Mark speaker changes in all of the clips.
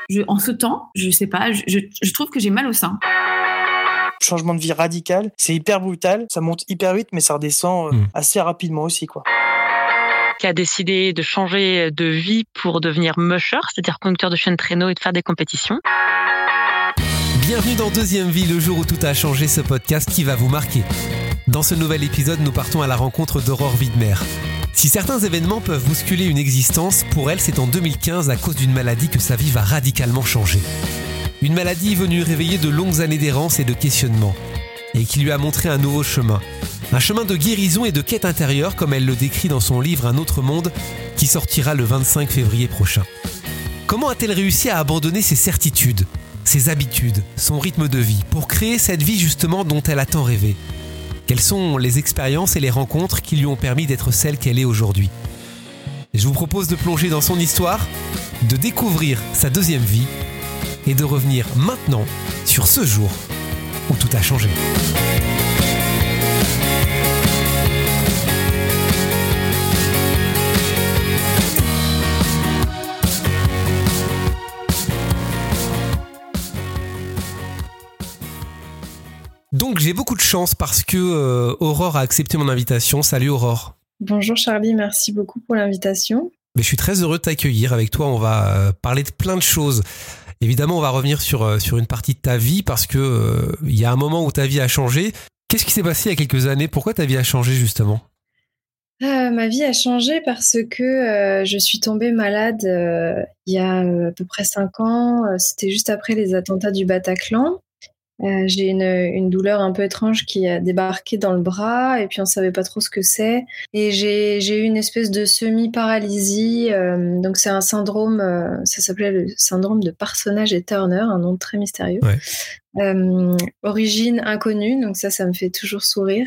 Speaker 1: En ce temps, je sais pas, je trouve que j'ai mal au sein.
Speaker 2: Changement de vie radical, c'est hyper brutal, ça monte hyper vite, mais ça redescend assez rapidement aussi, quoi.
Speaker 3: Qui a décidé de changer de vie pour devenir musher, c'est-à-dire conducteur de chaîne traîneau et de faire des compétitions.
Speaker 4: Bienvenue dans Deuxième Vie, le jour où tout a changé, ce podcast qui va vous marquer. Dans ce nouvel épisode, nous partons à la rencontre d'Aurore Widmer. Si certains événements peuvent bousculer une existence, pour elle, c'est en 2015 à cause d'une maladie que sa vie va radicalement changer. Une maladie venue réveiller de longues années d'errance et de questionnement, et qui lui a montré un nouveau chemin. Un chemin de guérison et de quête intérieure, comme elle le décrit dans son livre Un autre monde, qui sortira le 25 février prochain. Comment a-t-elle réussi à abandonner ses certitudes, ses habitudes, son rythme de vie, pour créer cette vie justement dont elle a tant rêvé ? Quelles sont les expériences et les rencontres qui lui ont permis d'être celle qu'elle est aujourd'hui ? Je vous propose de plonger dans son histoire, de découvrir sa deuxième vie et de revenir maintenant sur ce jour où tout a changé. Donc j'ai beaucoup de chance parce que Aurore a accepté mon invitation. Salut Aurore.
Speaker 5: Bonjour Charlie, merci beaucoup pour l'invitation.
Speaker 4: Mais je suis très heureux de t'accueillir. Avec toi, on va parler de plein de choses. Évidemment, on va revenir sur une partie de ta vie parce que il y a un moment où ta vie a changé. Qu'est-ce qui s'est passé il y a quelques années ? Pourquoi ta vie a changé justement ?
Speaker 5: Ma vie a changé parce que je suis tombée malade il y a à peu près 5 ans. C'était juste après les attentats du Bataclan. J'ai une douleur un peu étrange qui a débarqué dans le bras et puis on savait pas trop ce que c'est. Et j'ai eu une espèce de semi-paralysie. Donc c'est un syndrome, ça s'appelait le syndrome de Parsonage et Turner, un nom très mystérieux. Ouais. Origine inconnue, donc ça me fait toujours sourire.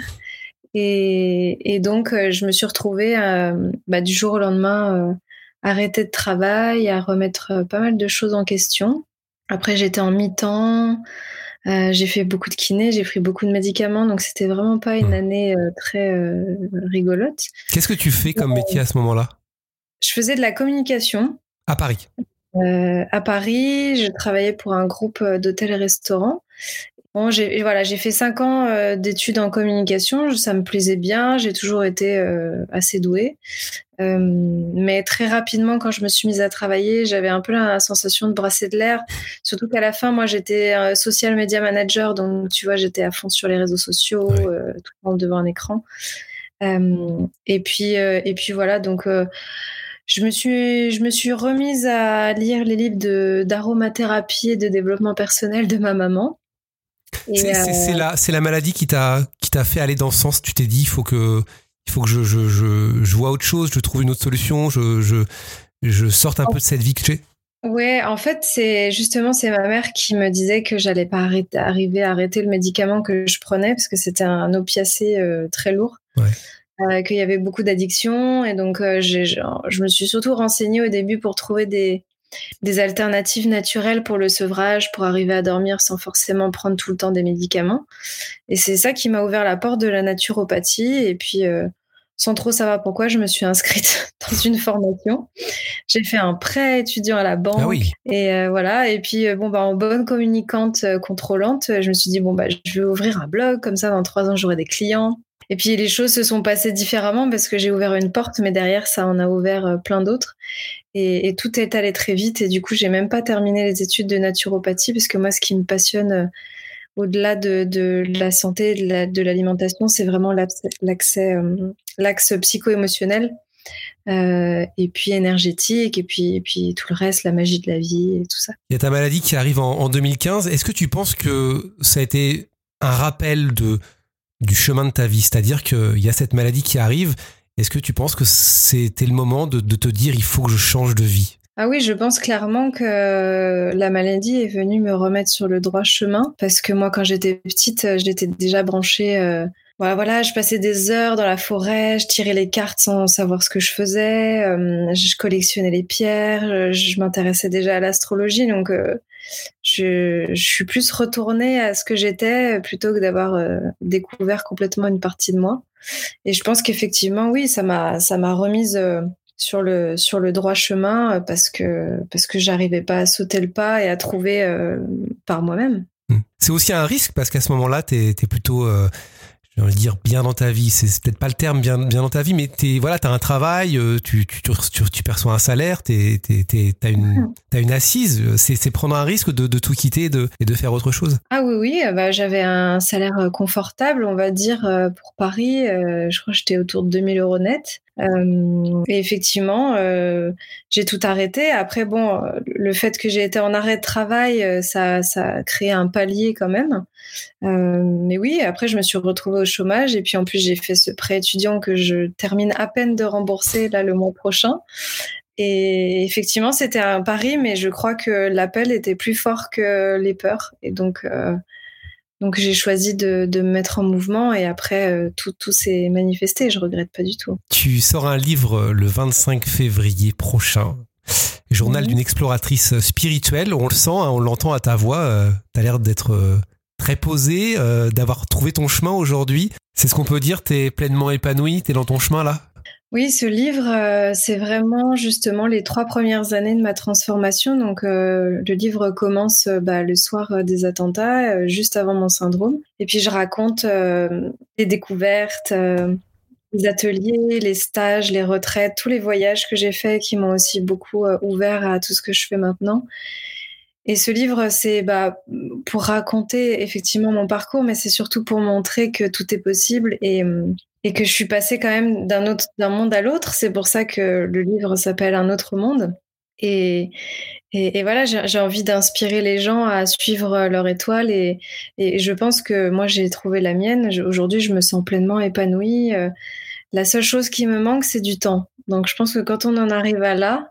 Speaker 5: Et donc je me suis retrouvée du jour au lendemain arrêtée de travail, à remettre pas mal de choses en question. Après j'étais en mi-temps. J'ai fait beaucoup de kiné, j'ai pris beaucoup de médicaments, donc c'était vraiment pas une année très rigolote.
Speaker 4: Qu'est-ce que tu fais comme métier à ce moment-là ?
Speaker 5: Je faisais de la communication.
Speaker 4: À Paris ?
Speaker 5: À Paris, je travaillais pour un groupe d'hôtels et restaurants. Bon, j'ai fait 5 ans d'études en communication, ça me plaisait bien, j'ai toujours été assez douée. Mais très rapidement, quand je me suis mise à travailler, j'avais un peu la sensation de brasser de l'air. Surtout qu'à la fin, moi, j'étais social media manager, donc tu vois, j'étais à fond sur les réseaux sociaux, tout le temps devant un écran. Et puis voilà, donc je me suis remise à lire les livres d'aromathérapie et de développement personnel de ma maman.
Speaker 4: C'est la maladie qui t'a fait aller dans ce sens. Tu t'es dit, il faut que je vois autre chose, je trouve une autre solution, je sorte un peu de cette vie que j'ai.
Speaker 5: Ouais, en fait, c'est ma mère qui me disait que j'allais pas arriver à arrêter le médicament que je prenais parce que c'était un opiacé très lourd. Ouais. Qu'il y avait beaucoup d'addictions et donc je me suis surtout renseignée au début pour trouver des alternatives naturelles pour le sevrage, pour arriver à dormir sans forcément prendre tout le temps des médicaments. Et c'est ça qui m'a ouvert la porte de la naturopathie. Et puis, sans trop savoir pourquoi, je me suis inscrite dans une formation. J'ai fait un prêt étudiant à la banque.
Speaker 4: Ah oui.
Speaker 5: Et voilà. Et puis, en bonne communicante contrôlante, je me suis dit, je vais ouvrir un blog. Comme ça, dans 3 ans, j'aurai des clients. Et puis, les choses se sont passées différemment parce que j'ai ouvert une porte, mais derrière, ça en a ouvert plein d'autres. Et tout est allé très vite. Et du coup, j'ai même pas terminé les études de naturopathie parce que moi, ce qui me passionne au-delà de la santé, de l'alimentation, c'est vraiment l'axe psycho-émotionnel et puis énergétique et puis tout le reste, la magie de la vie et tout ça.
Speaker 4: Il y a ta maladie qui arrive en 2015. Est-ce que tu penses que ça a été un rappel du chemin de ta vie ? C'est-à-dire qu'il y a cette maladie qui arrive. Est-ce que tu penses que c'était le moment de te dire il faut que je change de vie ?
Speaker 5: Ah oui, je pense clairement que la maladie est venue me remettre sur le droit chemin parce que moi, quand j'étais petite, j'étais déjà branchée. Voilà, je passais des heures dans la forêt, je tirais les cartes sans savoir ce que je faisais, je collectionnais les pierres, je m'intéressais déjà à l'astrologie, donc je suis plus retournée à ce que j'étais plutôt que d'avoir découvert complètement une partie de moi. Et je pense qu'effectivement, oui, ça m'a remise sur le droit chemin parce que j'arrivais pas à sauter le pas et à trouver par moi-même.
Speaker 4: C'est aussi un risque parce qu'à ce moment-là, t'es plutôt, j'ai envie de dire, bien dans ta vie. C'est peut-être pas le terme bien dans ta vie, mais t'as un travail, tu perçois un salaire, t'as une assise. C'est prendre un risque de tout quitter et de faire autre chose.
Speaker 5: Ah oui, j'avais un salaire confortable, on va dire, pour Paris. Je crois que j'étais autour de 2 000 € net. Et effectivement, j'ai tout arrêté. Après, bon, le fait que j'ai été en arrêt de travail, ça a créé un palier quand même. Mais oui, après, je me suis retrouvée au chômage. Et puis, en plus, j'ai fait ce prêt étudiant que je termine à peine de rembourser là le mois prochain. Et effectivement, c'était un pari, mais je crois que l'appel était plus fort que les peurs. Et donc j'ai choisi de me mettre en mouvement et après, tout s'est manifesté. Je regrette pas du tout.
Speaker 4: Tu sors un livre le 25 février prochain, Journal d'une exploratrice spirituelle. On le sent, hein, on l'entend à ta voix. Tu as l'air d'être très posée, d'avoir trouvé ton chemin aujourd'hui. C'est ce qu'on peut dire, tu es pleinement épanouie, tu es dans ton chemin là ?
Speaker 5: Oui, ce livre, c'est vraiment justement les 3 premières années de ma transformation. Donc, le livre commence le soir des attentats, juste avant mon syndrome. Et puis, je raconte les découvertes, les ateliers, les stages, les retraites, tous les voyages que j'ai faits qui m'ont aussi beaucoup ouvert à tout ce que je fais maintenant. Et ce livre, c'est pour raconter effectivement mon parcours, mais c'est surtout pour montrer que tout est possible et que je suis passée quand même d'un monde à l'autre. C'est pour ça que le livre s'appelle Un autre monde. Et voilà, j'ai envie d'inspirer les gens à suivre leur étoile. Et je pense que moi, j'ai trouvé la mienne. Aujourd'hui, je me sens pleinement épanouie. La seule chose qui me manque, c'est du temps. Donc, je pense que quand on en arrive à là,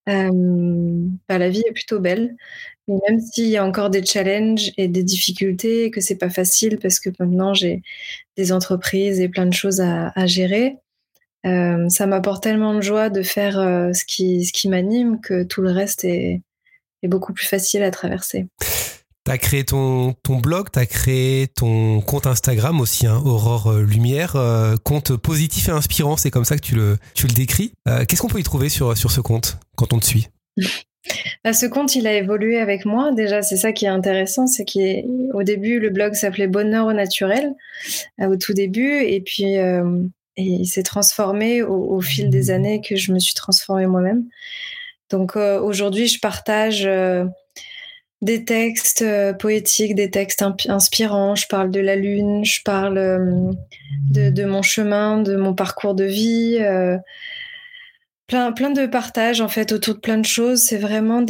Speaker 5: la vie est plutôt belle. Et même s'il y a encore des challenges et des difficultés, et que c'est pas facile parce que maintenant j'ai des entreprises et plein de choses à gérer, ça m'apporte tellement de joie de faire ce qui m'anime que tout le reste est beaucoup plus facile à traverser.
Speaker 4: T'as créé ton blog, t'as créé ton compte Instagram aussi, hein, Aurore Lumière, compte positif et inspirant, c'est comme ça que tu le décris. Qu'est-ce qu'on peut y trouver sur ce compte quand on te suit ?
Speaker 5: Ce compte, il a évolué avec moi. Déjà, c'est ça qui est intéressant, c'est qu'au début, le blog s'appelait Bonheur au naturel, au tout début, et puis et il s'est transformé au fil des années que je me suis transformée moi-même. Donc aujourd'hui, je partage des textes poétiques, des textes inspirants. Je parle de la lune, je parle de mon chemin, de mon parcours de vie. Plein de partages en fait autour de plein de choses. C'est vraiment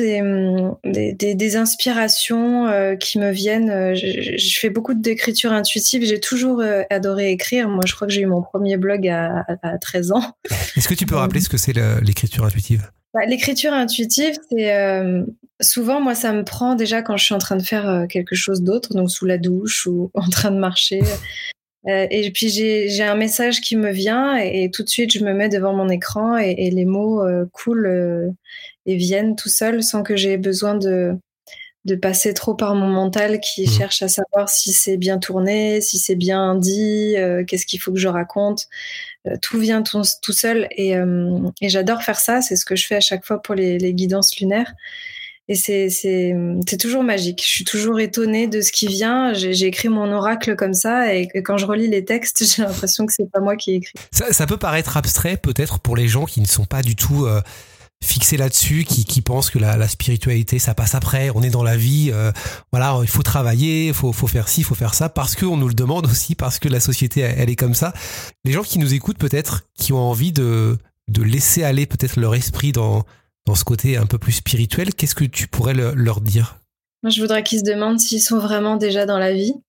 Speaker 5: des inspirations qui me viennent. Je fais beaucoup d'écriture intuitive. J'ai toujours adoré écrire. Moi, je crois que j'ai eu mon premier blog à 13 ans.
Speaker 4: Est-ce que tu peux rappeler ce que c'est l'écriture intuitive ?
Speaker 5: L'écriture intuitive, c'est souvent, moi, ça me prend déjà quand je suis en train de faire quelque chose d'autre, donc sous la douche ou en train de marcher. Et puis j'ai un message qui me vient et tout de suite je me mets devant mon écran et les mots coulent et viennent tout seuls sans que j'ai besoin de passer trop par mon mental qui cherche à savoir si c'est bien tourné, si c'est bien dit, qu'est-ce qu'il faut que je raconte. Tout vient tout seul et j'adore faire ça. C'est ce que je fais à chaque fois pour les guidances lunaires. Et c'est toujours magique. Je suis toujours étonnée de ce qui vient. J'ai écrit mon oracle comme ça et quand je relis les textes, j'ai l'impression que c'est pas moi qui ai écrit.
Speaker 4: Ça peut paraître abstrait peut-être pour les gens qui ne sont pas du tout fixés là-dessus, qui pensent que la spiritualité ça passe après. On est dans la vie, voilà, il faut travailler, il faut faire ci, il faut faire ça parce qu'on nous le demande aussi, parce que la société elle est comme ça. Les gens qui nous écoutent peut-être, qui ont envie de laisser aller peut-être leur esprit dans ce côté un peu plus spirituel, qu'est-ce que tu pourrais leur dire ?
Speaker 5: Moi, je voudrais qu'ils se demandent s'ils sont vraiment déjà dans la vie.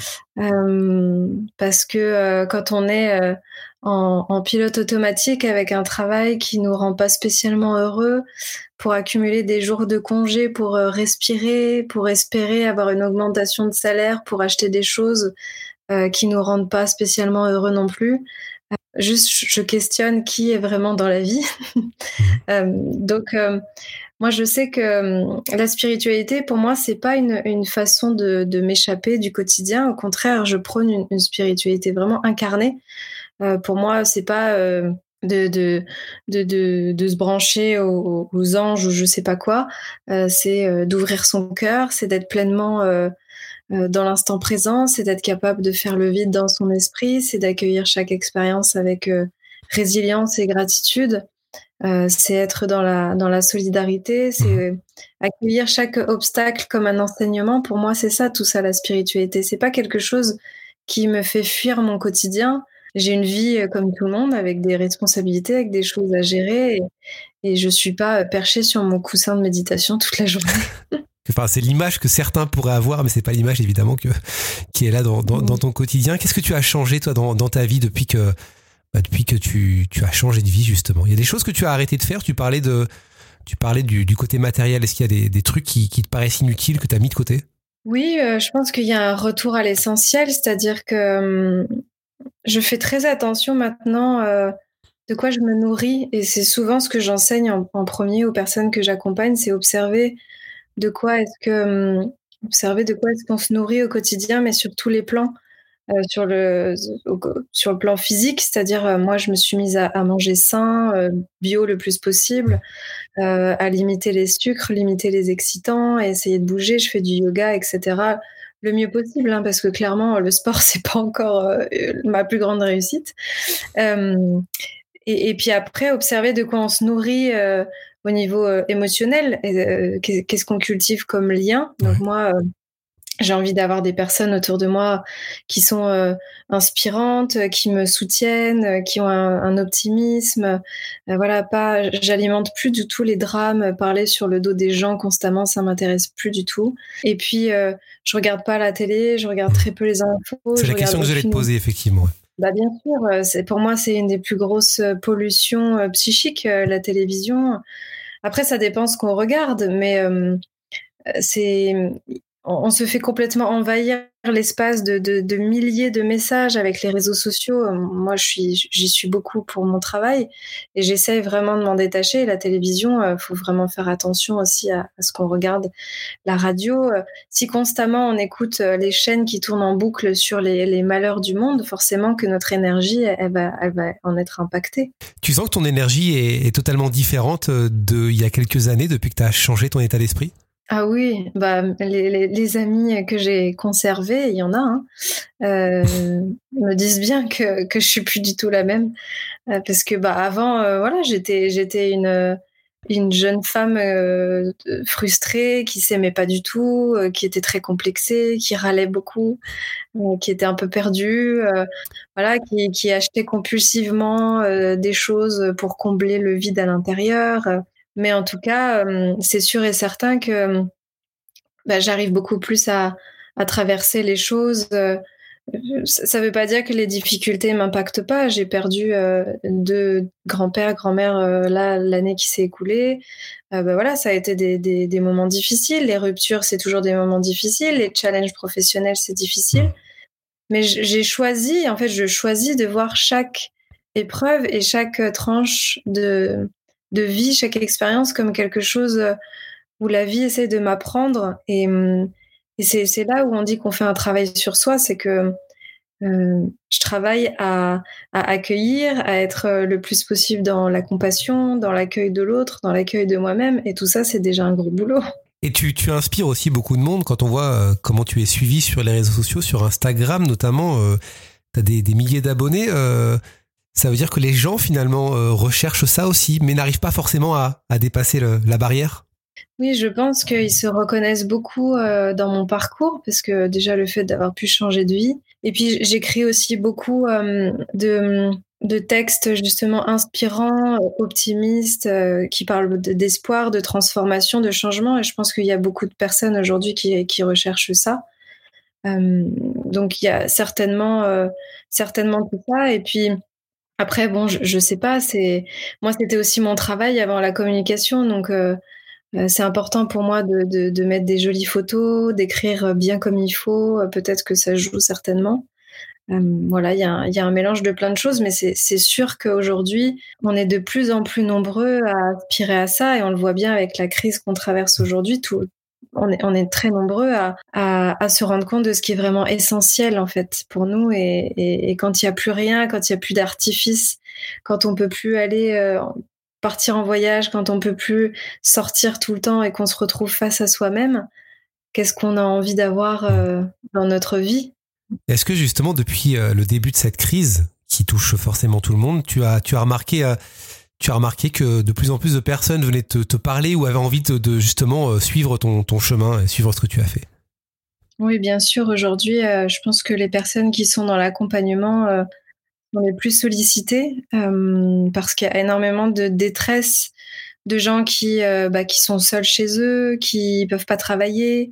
Speaker 5: Parce que quand on est en pilote automatique avec un travail qui nous rend pas spécialement heureux, pour accumuler des jours de congé, pour respirer, pour espérer avoir une augmentation de salaire, pour acheter des choses qui nous rendent pas spécialement heureux non plus, juste je questionne qui est vraiment dans la vie. Donc moi je sais que la spiritualité pour moi c'est pas une façon de m'échapper du quotidien. Au contraire, je prône une spiritualité vraiment incarnée. Pour moi c'est pas de se brancher aux anges ou je sais pas quoi. C'est d'ouvrir son cœur, c'est d'être pleinement dans l'instant présent, c'est d'être capable de faire le vide dans son esprit, c'est d'accueillir chaque expérience avec résilience et gratitude. C'est être dans la solidarité, c'est accueillir chaque obstacle comme un enseignement. Pour moi, c'est ça, tout ça, la spiritualité. C'est pas quelque chose qui me fait fuir mon quotidien. J'ai une vie comme tout le monde, avec des responsabilités, avec des choses à gérer, et je suis pas perchée sur mon coussin de méditation toute la journée.
Speaker 4: Enfin, c'est l'image que certains pourraient avoir, mais c'est pas l'image évidemment qui est là dans ton quotidien. Qu'est-ce que tu as changé toi dans ta vie depuis que tu as changé de vie justement? Il y a des choses que tu as arrêté de faire. Tu parlais du côté matériel. Est-ce qu'il y a des trucs qui te paraissent inutiles que tu as mis de côté?
Speaker 5: Oui, je pense qu'il y a un retour à l'essentiel, c'est-à-dire que je fais très attention maintenant de quoi je me nourris, et c'est souvent ce que j'enseigne en premier aux personnes que j'accompagne, c'est observer de quoi est-ce qu'on se nourrit au quotidien, mais sur tous les plans. Sur le plan physique, c'est-à-dire moi je me suis mise à manger sain, bio le plus possible, à limiter les sucres, limiter les excitants, à essayer de bouger. Je fais du yoga, etc. Le mieux possible, parce que clairement le sport c'est pas encore ma plus grande réussite. Et puis après observer de quoi on se nourrit au niveau émotionnel, qu'est-ce qu'on cultive comme lien. Donc moi j'ai envie d'avoir des personnes autour de moi qui sont inspirantes, qui me soutiennent, qui ont un optimisme. J'alimente plus du tout les drames, parler sur le dos des gens constamment, ça m'intéresse plus du tout. Et puis, je regarde pas la télé, je regarde très peu les infos.
Speaker 4: C'est la question que j'allais te poser, effectivement.
Speaker 5: Bien sûr, pour moi, c'est une des plus grosses pollutions psychiques, la télévision. Après, ça dépend ce qu'on regarde, mais on se fait complètement envahir l'espace de milliers de messages avec les réseaux sociaux. Moi, j'y suis beaucoup pour mon travail et j'essaye vraiment de m'en détacher. La télévision, faut vraiment faire attention aussi à ce qu'on regarde. La radio, si constamment on écoute les chaînes qui tournent en boucle sur les malheurs du monde, forcément que notre énergie, elle va en être impactée.
Speaker 4: Tu sens que ton énergie est totalement différente d'il y a quelques années, depuis que tu as changé ton état d'esprit ?
Speaker 5: Ah oui, les amis que j'ai conservés, il y en a, me disent bien que je suis plus du tout la même, parce que avant, j'étais une jeune femme frustrée, qui s'aimait pas du tout, qui était très complexée, qui râlait beaucoup, qui était un peu perdue, qui achetait compulsivement des choses pour combler le vide à l'intérieur. Mais en tout cas, c'est sûr et certain que j'arrive beaucoup plus à traverser les choses. Ça ne veut pas dire que les difficultés ne m'impactent pas. J'ai perdu 2 grands-pères, grand-mères l'année qui s'est écoulée. Ça a été des moments difficiles. Les ruptures, c'est toujours des moments difficiles. Les challenges professionnels, c'est difficile. Mais je choisis de voir chaque épreuve et chaque tranche de vie, chaque expérience comme quelque chose où la vie essaie de m'apprendre. Et c'est là où on dit qu'on fait un travail sur soi, c'est que je travaille à accueillir, à être le plus possible dans la compassion, dans l'accueil de l'autre, dans l'accueil de moi-même. Et tout ça, c'est déjà un gros boulot.
Speaker 4: Et tu inspires aussi beaucoup de monde quand on voit comment tu es suivi sur les réseaux sociaux, sur Instagram notamment. Tu as des milliers d'abonnés. Ça veut dire que les gens, finalement, recherchent ça aussi, mais n'arrivent pas forcément à dépasser la barrière.
Speaker 5: Oui, je pense qu'ils se reconnaissent beaucoup dans mon parcours, parce que déjà, le fait d'avoir pu changer de vie. Et puis, j'écris aussi beaucoup de textes, justement, inspirants, optimistes, qui parlent d'espoir, de transformation, de changement. Et je pense qu'il y a beaucoup de personnes aujourd'hui qui recherchent ça. Donc, il y a certainement tout ça. Et puis... Après, je sais pas, moi, c'était aussi mon travail avant la communication, donc c'est important pour moi de mettre des jolies photos, d'écrire bien comme il faut, peut-être que ça joue certainement. Il y a un mélange de plein de choses, mais c'est sûr qu'aujourd'hui, on est de plus en plus nombreux à aspirer à ça, et on le voit bien avec la crise qu'on traverse aujourd'hui. on est très nombreux à se rendre compte de ce qui est vraiment essentiel en fait pour nous. Et quand il y a plus rien, quand il y a plus d'artifice, quand on peut plus aller partir en voyage, quand on peut plus sortir tout le temps et qu'on se retrouve face à soi-même, qu'est-ce qu'on a envie d'avoir dans notre vie?
Speaker 4: Est-ce que justement depuis le début de cette crise qui touche forcément tout le monde, tu as remarqué que de plus en plus de personnes venaient te parler ou avaient envie de justement suivre ton chemin et suivre ce que tu as fait?
Speaker 5: Oui, bien sûr. Aujourd'hui, je pense que les personnes qui sont dans l'accompagnement sont les plus sollicitées parce qu'il y a énormément de détresse, de gens qui sont seuls chez eux, qui peuvent pas travailler,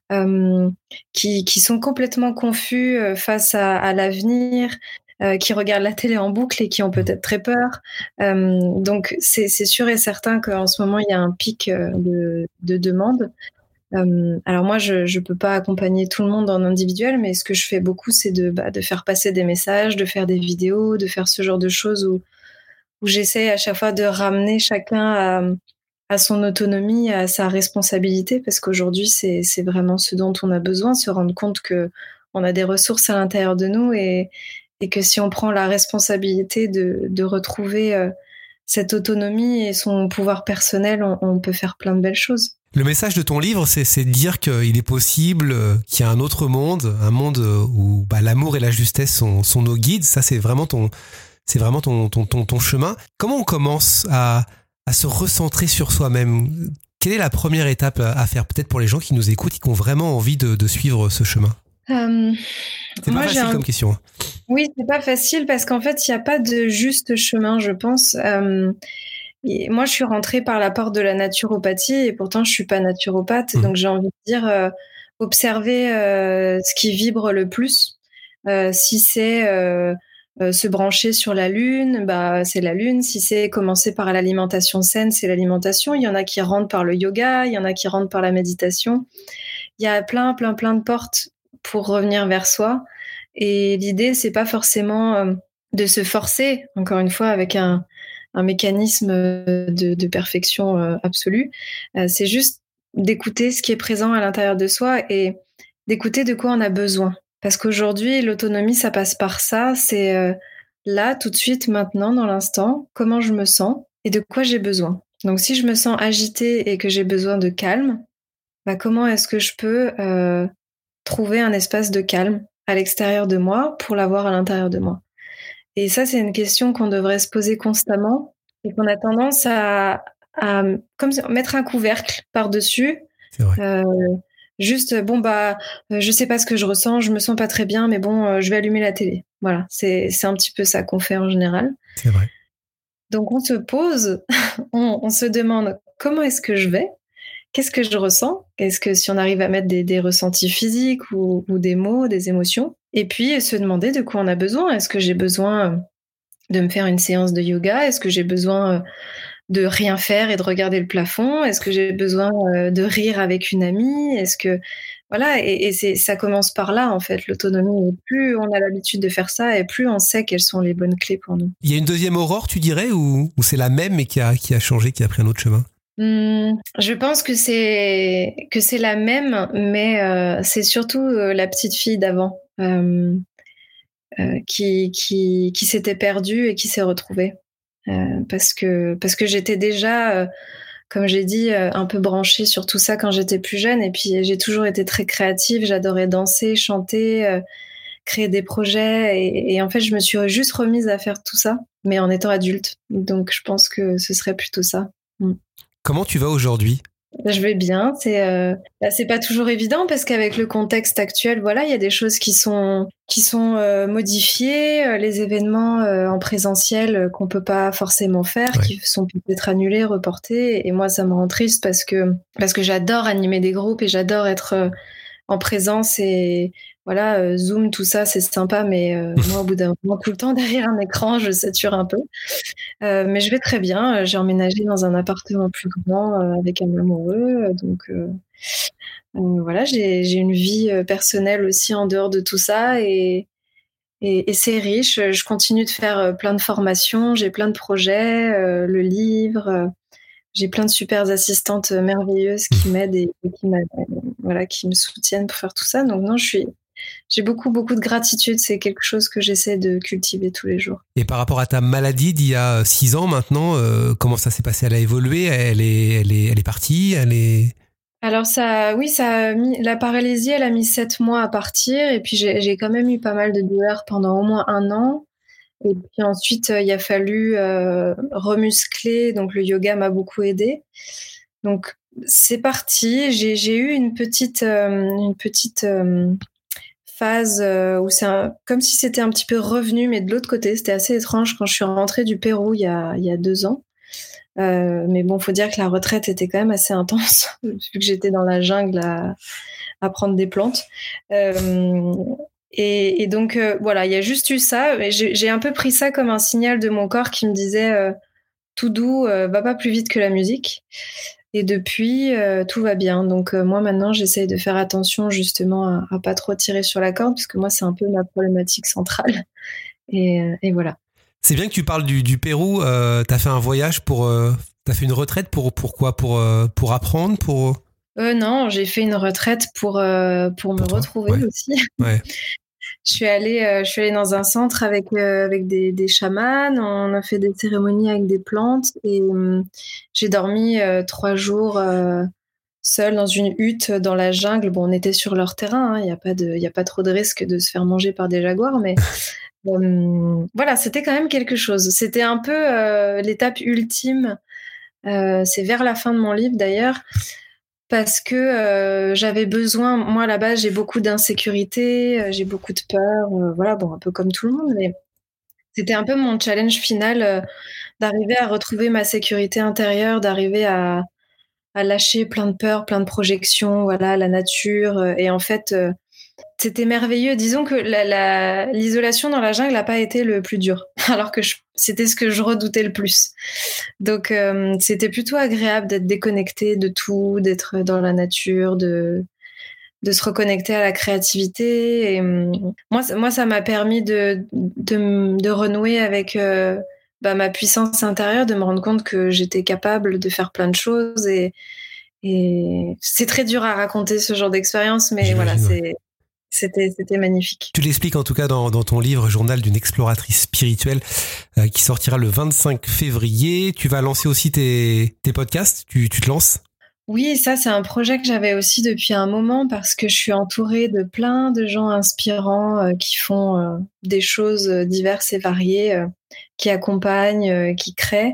Speaker 5: qui sont complètement confus face à l'avenir, qui regardent la télé en boucle et qui ont peut-être très peur. Donc c'est sûr et certain qu'en ce moment il y a un pic de demande. Alors moi je peux pas accompagner tout le monde en individuel, mais ce que je fais beaucoup c'est de faire passer des messages, de faire des vidéos, de faire ce genre de choses où j'essaie à chaque fois de ramener chacun à son autonomie, à sa responsabilité, parce qu'aujourd'hui, c'est vraiment ce dont on a besoin, se rendre compte que on a des ressources à l'intérieur de nous et que si on prend la responsabilité de retrouver cette autonomie et son pouvoir personnel, on peut faire plein de belles choses.
Speaker 4: Le message de ton livre, c'est de dire qu'il est possible qu'il y a un autre monde, un monde où l'amour et la justesse sont nos guides. Ça, c'est vraiment ton chemin. Comment on commence à se recentrer sur soi-même? Quelle est la première étape à faire, peut-être pour les gens qui nous écoutent et qui ont vraiment envie de suivre ce chemin? C'est pas facile comme question.
Speaker 5: Oui, c'est pas facile parce qu'en fait, il n'y a pas de juste chemin, je pense. Moi, je suis rentrée par la porte de la naturopathie et pourtant, je suis pas naturopathe. Donc, j'ai envie de dire, observer ce qui vibre le plus. Si c'est se brancher sur la lune, c'est la lune. Si c'est commencer par l'alimentation saine, c'est l'alimentation. Il y en a qui rentrent par le yoga, il y en a qui rentrent par la méditation. Il y a plein de portes pour revenir vers soi. Et l'idée, c'est pas forcément de se forcer, encore une fois, avec un mécanisme de perfection absolue. C'est juste d'écouter ce qui est présent à l'intérieur de soi et d'écouter de quoi on a besoin. Parce qu'aujourd'hui, l'autonomie, ça passe par ça. C'est là, tout de suite, maintenant, dans l'instant, comment je me sens et de quoi j'ai besoin. Donc, si je me sens agitée et que j'ai besoin de calme, comment est-ce que je peux trouver un espace de calme à l'extérieur de moi pour l'avoir à l'intérieur de moi? Et ça, c'est une question qu'on devrait se poser constamment et qu'on a tendance à comme mettre un couvercle par-dessus.
Speaker 4: C'est vrai.
Speaker 5: Juste, je sais pas ce que je ressens, je me sens pas très bien, mais je vais allumer la télé. Voilà, c'est un petit peu ça qu'on fait en général.
Speaker 4: C'est vrai.
Speaker 5: Donc, on se pose, on se demande comment est-ce que je vais? Qu'est-ce que je ressens? Est-ce que si on arrive à mettre des ressentis physiques ou des mots, des émotions? Et puis, se demander de quoi on a besoin. Est-ce que j'ai besoin de me faire une séance de yoga? Est-ce que j'ai besoin de rien faire et de regarder le plafond? Est-ce que j'ai besoin de rire avec une amie? Est-ce que... Voilà, et ça commence par là, en fait, l'autonomie. Et plus on a l'habitude de faire ça, et plus on sait quelles sont les bonnes clés pour nous.
Speaker 4: Il y a une deuxième Aurore, tu dirais, ou c'est la même mais qui a changé, qui a pris un autre chemin?
Speaker 5: Je pense que c'est la même, mais c'est surtout la petite fille d'avant qui s'était perdue et qui s'est retrouvée. Parce que j'étais déjà, comme j'ai dit, un peu branchée sur tout ça quand j'étais plus jeune. Et puis j'ai toujours été très créative. J'adorais danser, chanter, créer des projets. Et en fait, je me suis juste remise à faire tout ça, mais en étant adulte. Donc je pense que ce serait plutôt ça.
Speaker 4: Comment tu vas aujourd'hui?
Speaker 5: Je vais bien. C'est pas toujours évident parce qu'avec le contexte actuel, voilà, il y a des choses qui sont modifiées, les événements en présentiel qu'on peut pas forcément faire, qui sont peut-être annulés, reportés. Et moi, ça me rend triste parce que j'adore animer des groupes et j'adore être en présence et voilà, Zoom, tout ça, c'est sympa, mais moi, au bout d'un moment, tout le temps derrière un écran, je sature un peu. Mais je vais très bien. J'ai emménagé dans un appartement plus grand avec un amoureux. Donc, voilà, j'ai une vie personnelle aussi en dehors de tout ça. Et c'est riche. Je continue de faire plein de formations. J'ai plein de projets, le livre. j'ai plein de super assistantes merveilleuses qui m'aident et qui me soutiennent pour faire tout ça. Donc non, j'ai beaucoup de gratitude. C'est quelque chose que j'essaie de cultiver tous les jours.
Speaker 4: Et par rapport à ta maladie d'il y a 6 ans maintenant, comment ça s'est passé? Elle a évolué? Elle est partie?
Speaker 5: Alors la paralysie, elle a mis 7 mois à partir. Et puis j'ai quand même eu pas mal de douleurs pendant au moins 1 an. Et puis ensuite, il a fallu remuscler. Donc le yoga m'a beaucoup aidée. Donc c'est parti. J'ai eu une petite phase où comme si c'était un petit peu revenu, mais de l'autre côté. C'était assez étrange quand je suis rentrée du Pérou il y a 2 ans. Mais bon, faut dire que la retraite était quand même assez intense, vu que j'étais dans la jungle à prendre des plantes. Et donc, voilà, il y a juste eu ça. Et j'ai un peu pris ça comme un signal de mon corps qui me disait tout doux, va pas plus vite que la musique. Et depuis, tout va bien. Donc moi maintenant, j'essaye de faire attention justement à pas trop tirer sur la corde, parce que moi c'est un peu ma problématique centrale. Et voilà.
Speaker 4: C'est bien que tu parles du Pérou. T'as fait un voyage t'as fait une retraite pourquoi pour apprendre
Speaker 5: Non, j'ai fait une retraite pour me retrouver aussi.
Speaker 4: Ouais.
Speaker 5: Je suis allée dans un centre avec des chamans. On a fait des cérémonies avec des plantes et j'ai dormi 3 jours seule dans une hutte dans la jungle. Bon, on était sur leur terrain. Il y a pas trop de risque de se faire manger par des jaguars, mais voilà, c'était quand même quelque chose. C'était un peu l'étape ultime. C'est vers la fin de mon livre d'ailleurs. Parce que j'avais besoin, moi à la base j'ai beaucoup d'insécurité, j'ai beaucoup de peur, voilà, bon, un peu comme tout le monde, mais c'était un peu mon challenge final d'arriver à retrouver ma sécurité intérieure, d'arriver à lâcher plein de peurs, plein de projections, voilà, la nature, et en fait c'était merveilleux. Disons que l'isolation dans la jungle n'a pas été le plus dur, alors que c'était ce que je redoutais le plus. Donc, c'était plutôt agréable d'être déconnecté de tout, d'être dans la nature, de se reconnecter à la créativité. Et moi, ça m'a permis de renouer avec ma puissance intérieure, de me rendre compte que j'étais capable de faire plein de choses. Et c'est très dur à raconter ce genre d'expérience, mais voilà, c'était magnifique.
Speaker 4: Tu l'expliques en tout cas dans ton livre Journal d'une exploratrice spirituelle qui sortira le 25 février. Tu vas lancer aussi tes podcasts, tu te lances?
Speaker 5: Oui, ça c'est un projet que j'avais aussi depuis un moment parce que je suis entourée de plein de gens inspirants qui font des choses diverses et variées, qui accompagnent, qui créent.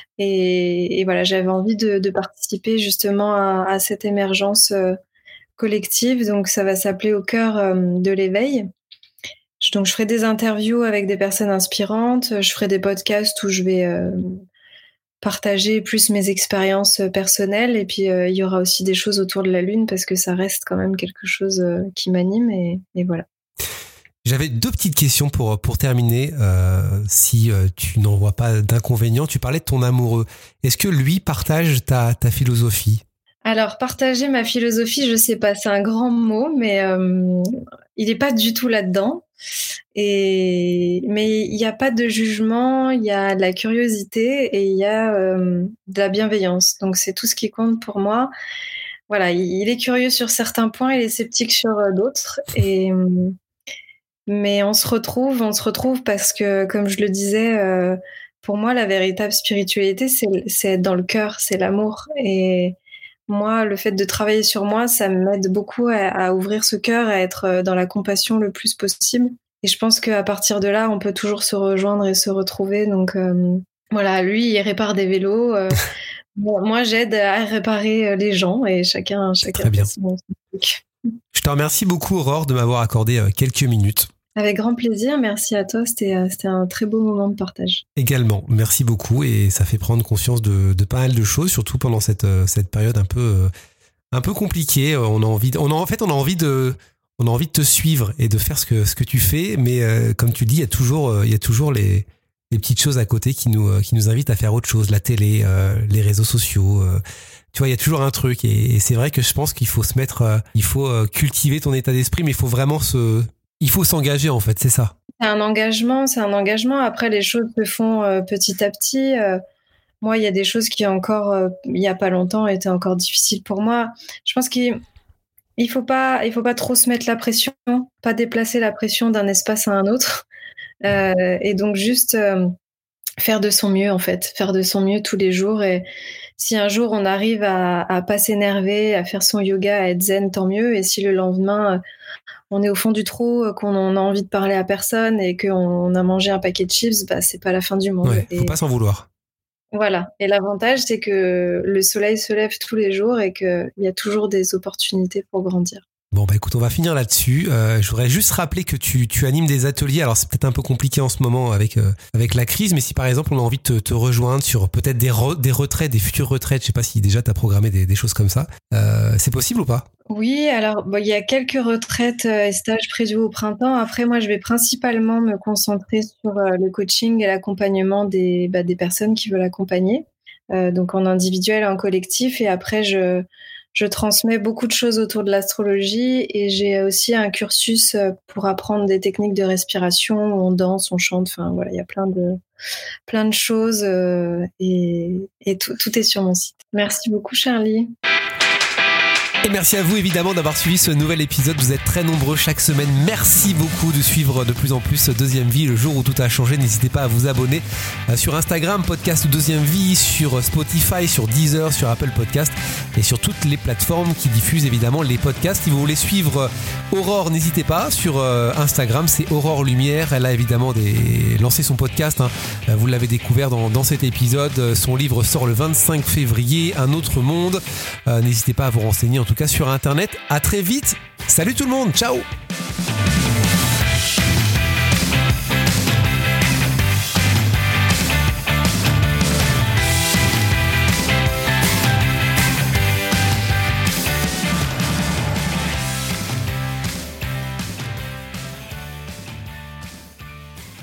Speaker 5: Et voilà, j'avais envie de participer justement à cette émergence collective, donc ça va s'appeler Au cœur de l'éveil. Donc je ferai des interviews avec des personnes inspirantes, je ferai des podcasts où je vais partager plus mes expériences personnelles, et puis il y aura aussi des choses autour de la Lune parce que ça reste quand même quelque chose qui m'anime, et voilà.
Speaker 4: J'avais 2 petites questions pour terminer, si tu n'en vois pas d'inconvénients. Tu parlais de ton amoureux. Est-ce que lui partage ta philosophie?
Speaker 5: Alors, partager ma philosophie, je sais pas, c'est un grand mot, mais il est pas du tout là-dedans. Mais il n'y a pas de jugement, il y a de la curiosité et il y a de la bienveillance. Donc, c'est tout ce qui compte pour moi. Voilà, il est curieux sur certains points, il est sceptique sur d'autres. Mais on se retrouve parce que, comme je le disais, pour moi, la véritable spiritualité, c'est être dans le cœur, c'est l'amour. Et moi, le fait de travailler sur moi, ça m'aide beaucoup à ouvrir ce cœur, à être dans la compassion le plus possible. Et je pense qu'à partir de là, on peut toujours se rejoindre et se retrouver. Donc voilà, lui, il répare des vélos. Moi, j'aide à réparer les gens, et chacun
Speaker 4: très bien.
Speaker 5: fait son truc.
Speaker 4: Je te remercie beaucoup, Aurore, de m'avoir accordé quelques minutes.
Speaker 5: Avec grand plaisir, merci à toi, c'était un très beau moment de partage.
Speaker 4: Également, merci beaucoup, et ça fait prendre conscience de pas mal de choses, surtout pendant cette période un peu compliquée. On a envie de te suivre et de faire ce que tu fais, mais comme tu dis, il y a toujours les petites choses à côté qui nous invitent à faire autre chose, la télé, les réseaux sociaux. Tu vois, il y a toujours un truc, et c'est vrai que je pense qu'il faut il faut cultiver ton état d'esprit, mais il faut vraiment il faut s'engager, en fait, c'est ça.
Speaker 5: C'est un engagement. Après, les choses se font petit à petit. Moi, il y a des choses qui encore, il y a pas longtemps, étaient encore difficiles pour moi. Je pense qu'il faut pas trop se mettre la pression, pas déplacer la pression d'un espace à un autre, et donc juste faire de son mieux en fait, faire de son mieux tous les jours. Et si un jour on arrive à pas s'énerver, à faire son yoga, à être zen, tant mieux. Et si le lendemain on est au fond du trou, qu'on a envie de parler à personne et qu'on a mangé un paquet de chips, bah c'est pas la fin du monde.
Speaker 4: Ouais, faut pas s'en vouloir.
Speaker 5: Voilà. Et l'avantage, c'est que le soleil se lève tous les jours et qu'il y a toujours des opportunités pour grandir.
Speaker 4: Bon, bah écoute, on va finir là-dessus. Je voudrais juste rappeler que tu animes des ateliers. Alors, c'est peut-être un peu compliqué en ce moment avec la crise, mais si par exemple, on a envie de te rejoindre sur peut-être des retraites, des futures retraites, je sais pas si déjà tu as programmé des choses comme ça, c'est possible ou pas ?
Speaker 5: Oui, alors il y a quelques retraites et stages prévus au printemps. Après, moi, je vais principalement me concentrer sur le coaching et l'accompagnement des personnes qui veulent accompagner, donc en individuel et en collectif. Et après, je transmets beaucoup de choses autour de l'astrologie et j'ai aussi un cursus pour apprendre des techniques de respiration. On danse, on chante, enfin voilà, il y a plein de choses et tout est sur mon site. Merci beaucoup, Charlie.
Speaker 4: Et merci à vous évidemment d'avoir suivi ce nouvel épisode. Vous êtes très nombreux chaque semaine. Merci beaucoup de suivre de plus en plus Deuxième Vie, le jour où tout a changé. N'hésitez pas à vous abonner sur Instagram, podcast Deuxième Vie, sur Spotify, sur Deezer, sur Apple Podcast et sur toutes les plateformes qui diffusent évidemment les podcasts. Si vous voulez suivre Aurore, n'hésitez pas. Sur Instagram, c'est Aurore Lumière. Elle a évidemment lancé son podcast. Vous l'avez découvert dans cet épisode. Son livre sort le 25 février, Un autre monde. N'hésitez pas à vous renseigner en tout cas sur internet. À très vite. Salut tout le monde. Ciao.